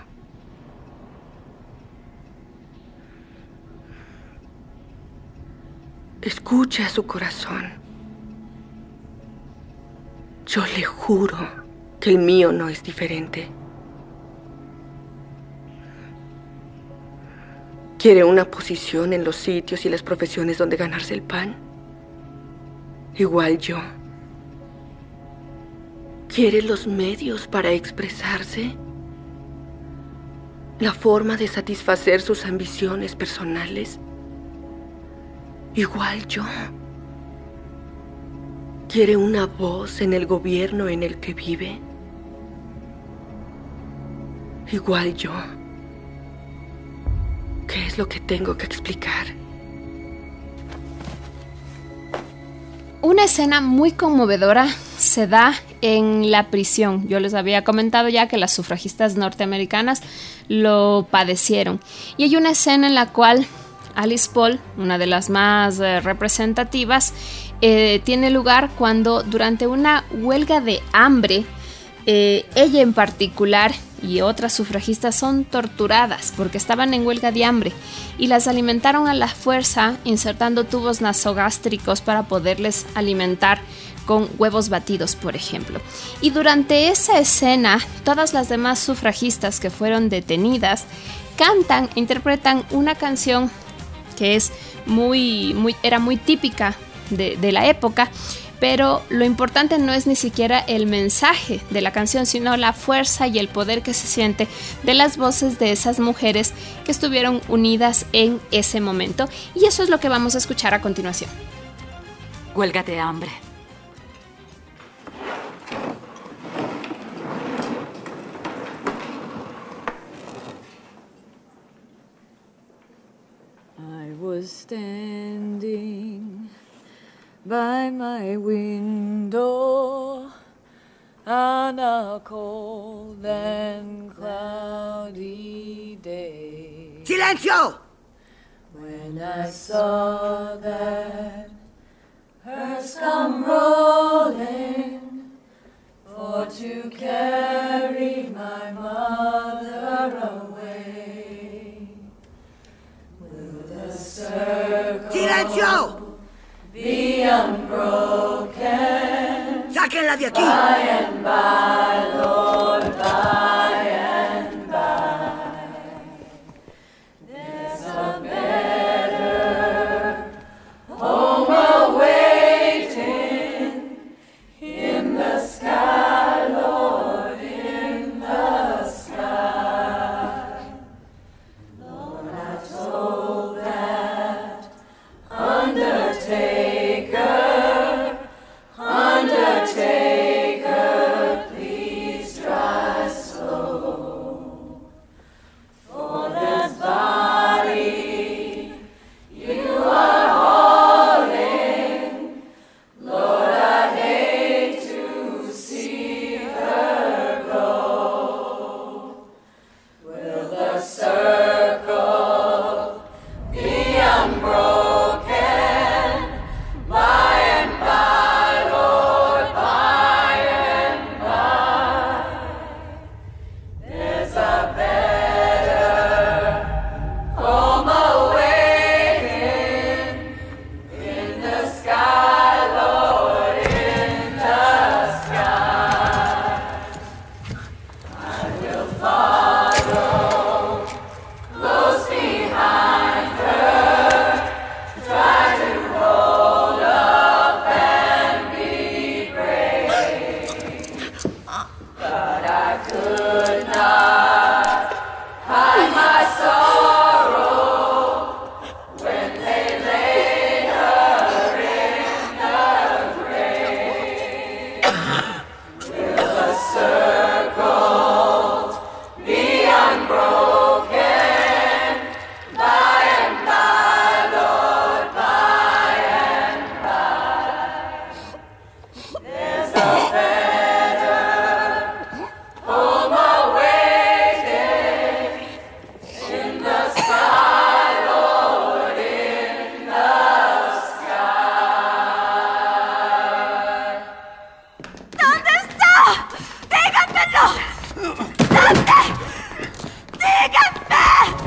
Escucha a su corazón. Yo le juro que el mío no es diferente. ¿Quiere una posición en los sitios y las profesiones donde ganarse el pan? Igual yo. ¿Quiere los medios para expresarse? ¿La forma de satisfacer sus ambiciones personales? Igual yo. ¿Quiere una voz en el gobierno en el que vive? Igual yo. ¿Qué es lo que tengo que explicar? Una escena muy conmovedora se da en la prisión. Yo les había comentado ya que las sufragistas norteamericanas lo padecieron. Y hay una escena en la cual Alice Paul, una de las más eh, representativas, eh, tiene lugar cuando durante una huelga de hambre, eh, ella en particular y otras sufragistas son torturadas porque estaban en huelga de hambre y las alimentaron a la fuerza insertando tubos nasogástricos para poderles alimentar con huevos batidos, por ejemplo. Y durante esa escena, todas las demás sufragistas que fueron detenidas cantan e interpretan una canción que es muy, muy, era muy típica de, de la época, pero lo importante no es ni siquiera el mensaje de la canción, sino la fuerza y el poder que se siente de las voces de esas mujeres que estuvieron unidas en ese momento. Y eso es lo que vamos a escuchar a continuación. Huelga de hambre. I was standing by my window on a cold and cloudy day. ¡Silencio! When I saw that hearse come rolling for to carry my mother away. Will the circle ¡Silencio! be unbroken? ¡Sáquenla de aquí! By and by, Lord, by and by. There's a better home awaiting in the sky, Lord, in the sky. Lord, I told that undertaker, undertaker, please drive slow. For that body you are hauling, Lord, I hate to see her go. Will the circle be unbroken by and by, Lord, by and by? There's a better home awaiting in the sky, Lord, in the sky. I will follow close behind her, try to hold up and be brave. But I could not hide my sorrow when they laid her in the grave. Will the circle be unbroken by and by, Lord, by and by? There's a better home awaiting in the sky, Lord, in the sky. ¿Dónde está? ¡Díganmelo! ¿Dónde? ¡Díganme!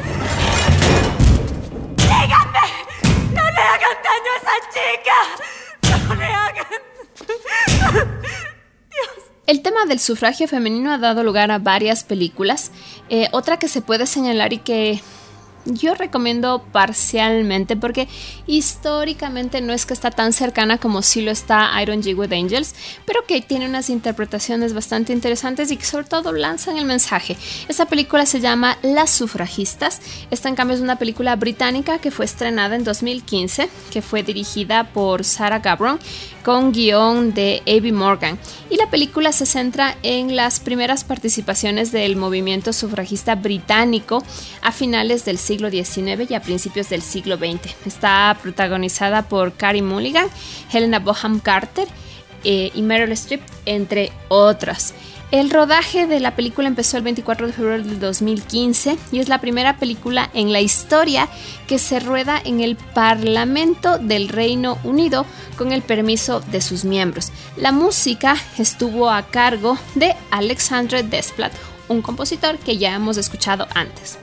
¡Díganme! ¡No le hagan daño a esa chica! ¡No le hagan! El tema del sufragio femenino ha dado lugar a varias películas. Eh, otra que se puede señalar y que yo recomiendo parcialmente porque históricamente no es que está tan cercana como sí lo está I Don't Jig with Angels, pero que tiene unas interpretaciones bastante interesantes y que sobre todo lanzan el mensaje. Esta película se llama Las sufragistas. Esta en cambio es una película británica que fue estrenada en dos mil quince, que fue dirigida por Sarah Gabron con guión de Abby Morgan. Y la película se centra en las primeras participaciones del movimiento sufragista británico a finales del siglo diecinueve y a principios del siglo veinte. Está protagonizada por Carey Mulligan, Helena Bonham Carter eh, y Meryl Streep, entre otras. El rodaje de la película empezó el veinticuatro de febrero del dos mil quince y es la primera película en la historia que se rueda en el Parlamento del Reino Unido con el permiso de sus miembros. La música estuvo a cargo de Alexandre Desplat, un compositor que ya hemos escuchado antes.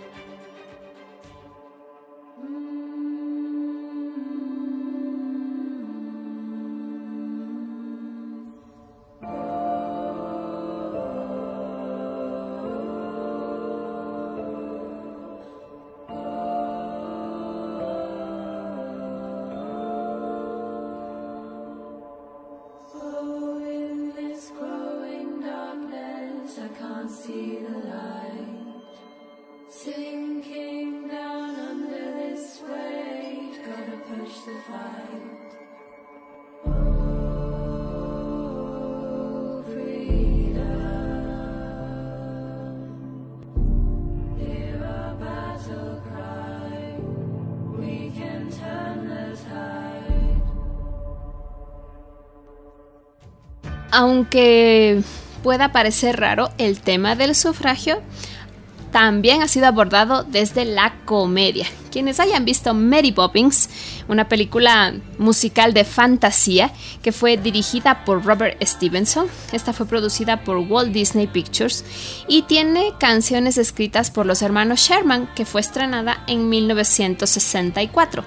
Aunque pueda parecer raro, el tema del sufragio también ha sido abordado desde la comedia. Quienes hayan visto Mary Poppins, una película musical de fantasía que fue dirigida por Robert Stevenson, esta fue producida por Walt Disney Pictures y tiene canciones escritas por los hermanos Sherman, que fue estrenada en mil novecientos sesenta y cuatro.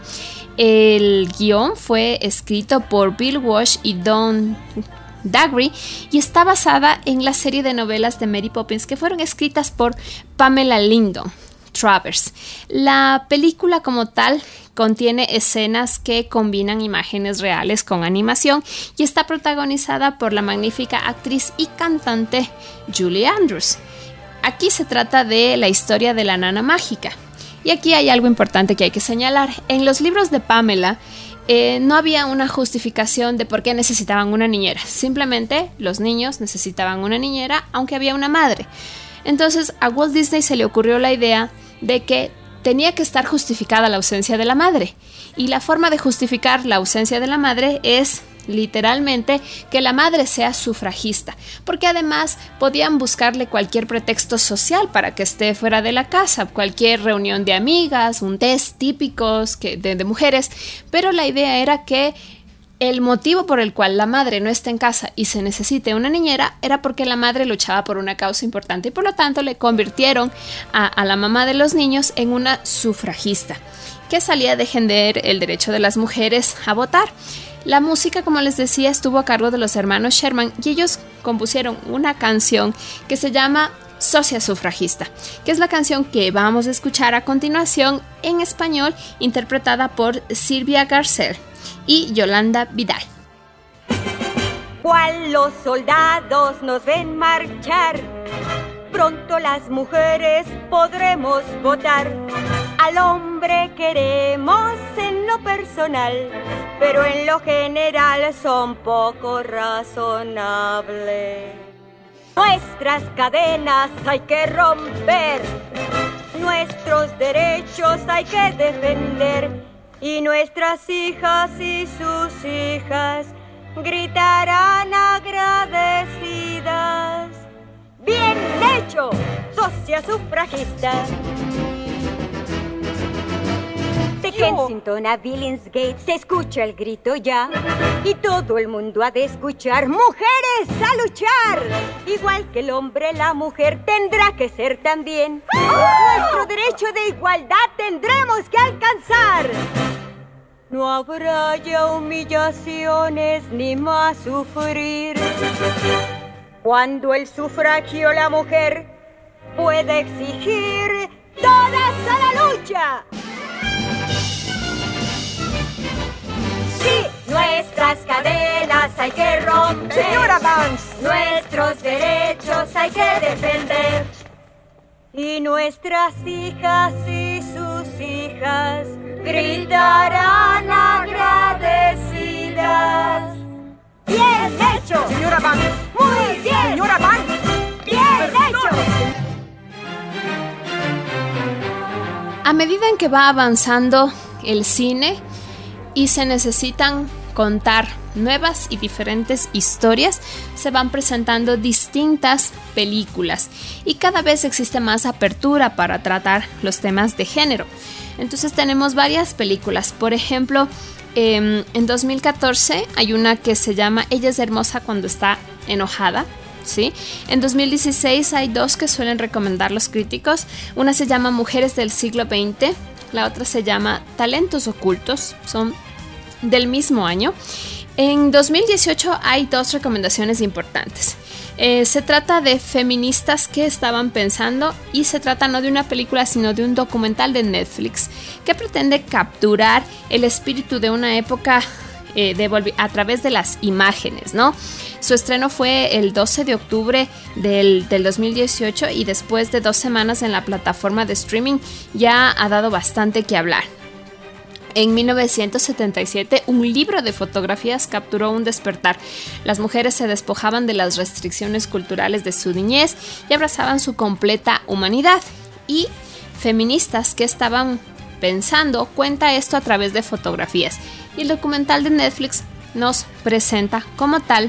El guión fue escrito por Bill Walsh y Don Dagry y está basada en la serie de novelas de Mary Poppins que fueron escritas por Pamela Lyndon Travers. La película como tal contiene escenas que combinan imágenes reales con animación y está protagonizada por la magnífica actriz y cantante Julie Andrews. Aquí se trata de la historia de la nana mágica. Y aquí hay algo importante que hay que señalar. En los libros de Pamela Eh, no había una justificación de por qué necesitaban una niñera. Simplemente los niños necesitaban una niñera, aunque había una madre. Entonces a Walt Disney se le ocurrió la idea de que tenía que estar justificada la ausencia de la madre. Y la forma de justificar la ausencia de la madre es literalmente que la madre sea sufragista, porque además podían buscarle cualquier pretexto social para que esté fuera de la casa, cualquier reunión de amigas, un test típicos que, de, de mujeres, pero la idea era que el motivo por el cual la madre no está en casa y se necesite una niñera era porque la madre luchaba por una causa importante y por lo tanto le convirtieron a, a la mamá de los niños en una sufragista que salía a defender el derecho de las mujeres a votar. La música, como les decía, estuvo a cargo de los hermanos Sherman y ellos compusieron una canción que se llama Socia Sufragista, que es la canción que vamos a escuchar a continuación en español, interpretada por Silvia Garcel y Yolanda Vidal. Cual los soldados nos ven marchar, pronto las mujeres podremos votar. Al hombre queremos en lo personal, pero en lo general son poco razonables. Nuestras cadenas hay que romper, nuestros derechos hay que defender, y nuestras hijas y sus hijas gritarán agradecidas. ¡Bien hecho, socia sufragista! De Kensington a Billingsgate se escucha el grito ya. Y todo el mundo ha de escuchar: ¡mujeres a luchar! Igual que el hombre, la mujer tendrá que ser también. Nuestro derecho de igualdad tendremos que alcanzar. No habrá ya humillaciones ni más sufrir. Cuando el sufragio la mujer puede exigir, ¡todas a la lucha! Sí, nuestras cadenas hay que romper. Señora Banks. Nuestros derechos hay que defender. Y nuestras hijas y sus hijas gritarán agradecidas. ¡Bien hecho! Señora Banks. ¡Muy bien! Señora Banks. ¡Bien hecho! A medida en que va avanzando el cine y se necesitan contar nuevas y diferentes historias, se van presentando distintas películas y cada vez existe más apertura para tratar los temas de género. Entonces tenemos varias películas. Por ejemplo, eh, en dos mil catorce hay una que se llama Ella es hermosa cuando está enojada. ¿Sí? En dos mil dieciséis hay dos que suelen recomendar los críticos. Una se llama Mujeres del siglo veinte, la otra se llama Talentos ocultos, son del mismo año. En dos mil dieciocho hay dos recomendaciones importantes. Eh, se trata de feministas que estaban pensando, y se trata no de una película sino de un documental de Netflix que pretende capturar el espíritu de una época eh, de, a través de las imágenes, ¿no? Su estreno fue el doce de octubre del, del dos mil dieciocho y después de dos semanas en la plataforma de streaming ya ha dado bastante que hablar. En mil novecientos setenta y siete, un libro de fotografías capturó un despertar. Las mujeres se despojaban de las restricciones culturales de su niñez y abrazaban su completa humanidad. Y feministas que estaban pensando cuenta esto a través de fotografías. Y el documental de Netflix nos presenta como tal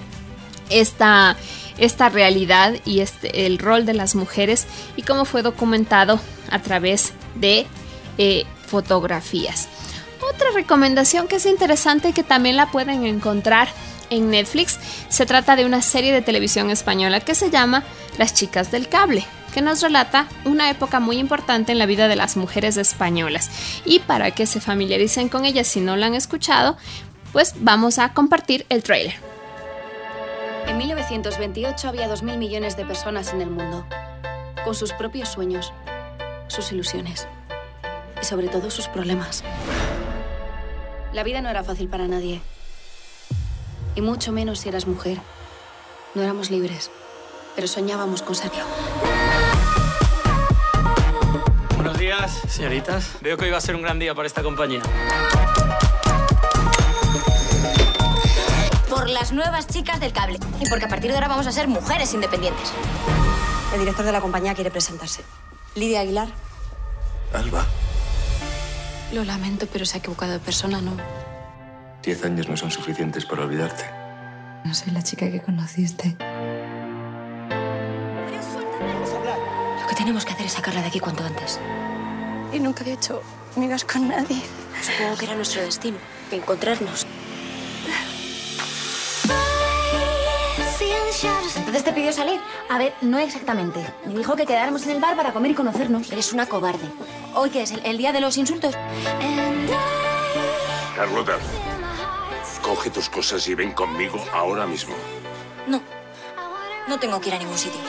esta, esta realidad y este, el rol de las mujeres y cómo fue documentado a través de eh, fotografías. Otra recomendación que es interesante, que también la pueden encontrar en Netflix, se trata de una serie de televisión española que se llama Las chicas del cable, que nos relata una época muy importante en la vida de las mujeres españolas. Y para que se familiaricen con ella si no la han escuchado, pues vamos a compartir el tráiler. En mil novecientos veintiocho había dos mil millones de personas en el mundo, con sus propios sueños, sus ilusiones y sobre todo sus problemas. La vida no era fácil para nadie, y mucho menos si eras mujer. No éramos libres, pero soñábamos con serlo. Buenos días, señoritas. Veo que hoy va a ser un gran día para esta compañía. Por las nuevas chicas del cable. Y porque a partir de ahora vamos a ser mujeres independientes. El director de la compañía quiere presentarse. Lidia Aguilar. Alba. Lo lamento, pero se ha equivocado de persona, ¿no? Diez años no son suficientes para olvidarte. No soy la chica que conociste. Lo que tenemos que hacer es sacarla de aquí cuanto antes. Y nunca había hecho amigas con nadie. Supongo que era nuestro destino, encontrarnos. ¿Entonces te pidió salir? A ver, no exactamente. Me dijo que quedáramos en el bar para comer y conocernos. Eres una cobarde. ¿Hoy qué es? ¿El, el día de los insultos? Carlota, coge tus cosas y ven conmigo ahora mismo. No. No tengo que ir a ningún sitio.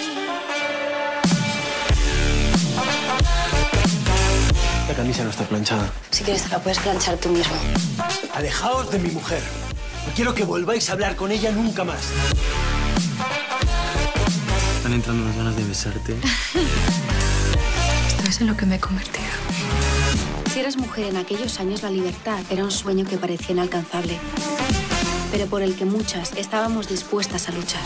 La camisa no está planchada. Si quieres te la puedes planchar tú mismo. Alejaos de mi mujer. No quiero que volváis a hablar con ella nunca más. Están entrando unas ganas de besarte. Esto es en lo que me he convertido. Si eras mujer en aquellos años, la libertad era un sueño que parecía inalcanzable, pero por el que muchas estábamos dispuestas a luchar.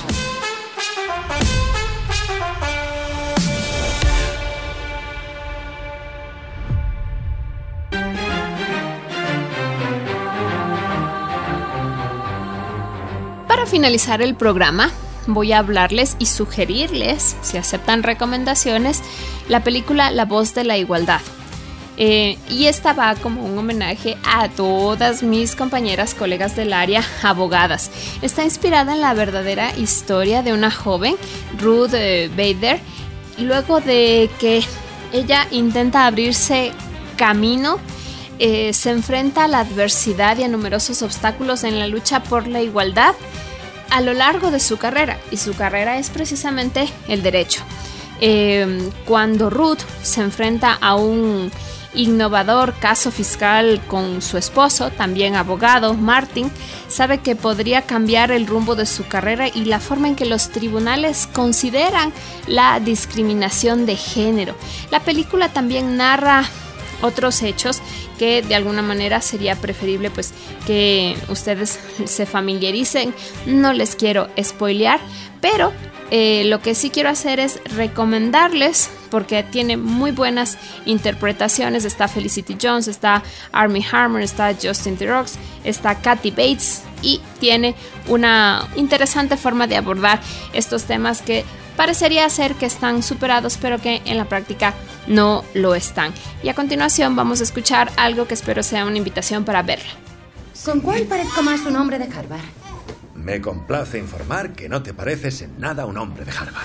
Para finalizar el programa, voy a hablarles y sugerirles, si aceptan recomendaciones, la película La voz de la igualdad. Eh, y esta va como un homenaje a todas mis compañeras, colegas del área, abogadas. Está inspirada en la verdadera historia de una joven, Ruth eh, Bader, luego de que ella intenta abrirse camino, eh, se enfrenta a la adversidad y a numerosos obstáculos en la lucha por la igualdad a lo largo de su carrera, y su carrera es precisamente el derecho. Eh, cuando Ruth se enfrenta a un innovador caso fiscal con su esposo, también abogado, Martin, sabe que podría cambiar el rumbo de su carrera y la forma en que los tribunales consideran la discriminación de género. La película también narra otros hechos que de alguna manera sería preferible pues que ustedes se familiaricen. No les quiero spoilear, pero eh, lo que sí quiero hacer es recomendarles, porque tiene muy buenas interpretaciones. Está Felicity Jones, está Armie Hammer, está Justin Theroux, está Kathy Bates, y tiene una interesante forma de abordar estos temas que parecería ser que están superados, pero que en la práctica no lo están. Y a continuación vamos a escuchar algo que espero sea una invitación para verla. ¿Con cuál parezco más un hombre de Harvard? Me complace informar que no te pareces en nada a un hombre de Harvard.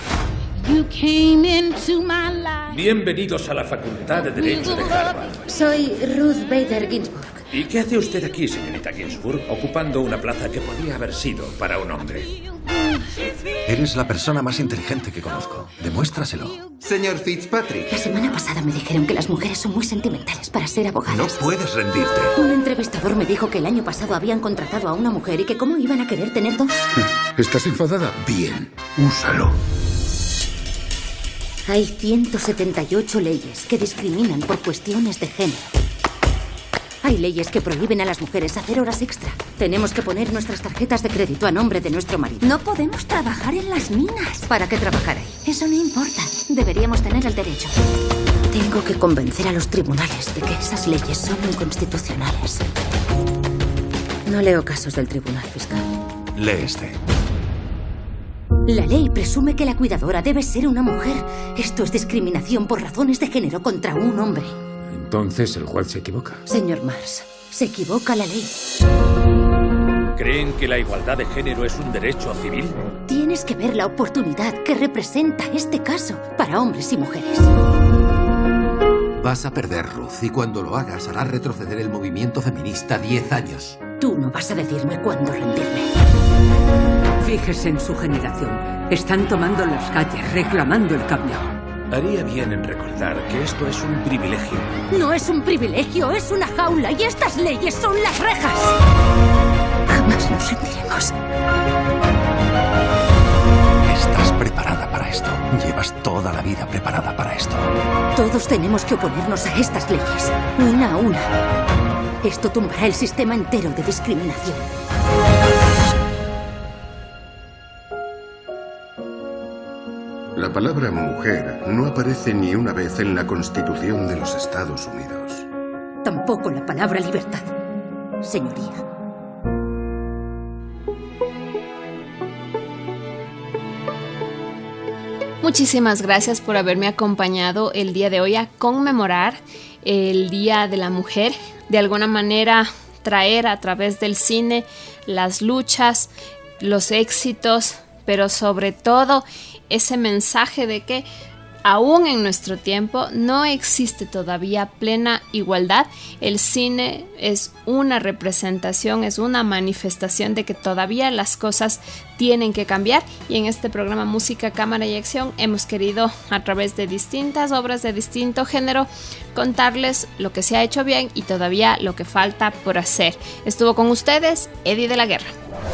Bienvenidos a la Facultad de Derecho de Harvard. Soy Ruth Bader Ginsburg. ¿Y qué hace usted aquí, señorita Ginsburg, ocupando una plaza que podía haber sido para un hombre? Eres la persona más inteligente que conozco. Demuéstraselo. Señor Fitzpatrick. La semana pasada me dijeron que las mujeres son muy sentimentales para ser abogadas. No puedes rendirte. Un entrevistador me dijo que el año pasado habían contratado a una mujer y que cómo iban a querer tener dos. ¿Estás enfadada? Bien, úsalo. Hay ciento setenta y ocho leyes que discriminan por cuestiones de género. Hay leyes que prohíben a las mujeres hacer horas extra. Tenemos que poner nuestras tarjetas de crédito a nombre de nuestro marido. No podemos trabajar en las minas. ¿Para qué trabajar ahí? Eso no importa. Deberíamos tener el derecho. Tengo que convencer a los tribunales de que esas leyes son inconstitucionales. No leo casos del tribunal fiscal. Lee este. La ley presume que la cuidadora debe ser una mujer. Esto es discriminación por razones de género contra un hombre. Entonces el juez se equivoca. Señor Mars, se equivoca la ley. ¿Creen que la igualdad de género es un derecho civil? Tienes que ver la oportunidad que representa este caso para hombres y mujeres. Vas a perder, Ruth, y cuando lo hagas harás retroceder el movimiento feminista diez años. Tú no vas a decirme cuándo rendirme. Fíjese en su generación. Están tomando las calles, reclamando el cambio. Haría bien en recordar que esto es un privilegio. No es un privilegio, es una jaula y estas leyes son las rejas. Jamás nos rendiremos. Estás preparada para esto. Llevas toda la vida preparada para esto. Todos tenemos que oponernos a estas leyes, una a una. Esto tumbará el sistema entero de discriminación. La palabra mujer no aparece ni una vez en la Constitución de los Estados Unidos. Tampoco la palabra libertad, señoría. Muchísimas gracias por haberme acompañado el día de hoy a conmemorar el Día de la Mujer. De alguna manera traer a través del cine las luchas, los éxitos, pero sobre todo ese mensaje de que aún en nuestro tiempo no existe todavía plena igualdad. El cine es una representación, es una manifestación de que todavía las cosas tienen que cambiar, y en este programa Música, Cámara y Acción hemos querido, a través de distintas obras de distinto género, contarles lo que se ha hecho bien y todavía lo que falta por hacer. Estuvo con ustedes Eddie de la Guerra.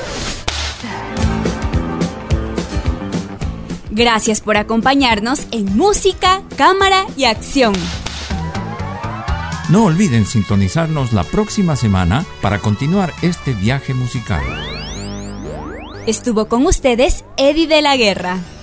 Gracias por acompañarnos en Música, Cámara y Acción. No olviden sintonizarnos la próxima semana para continuar este viaje musical. Estuvo con ustedes Eddie de la Guerra.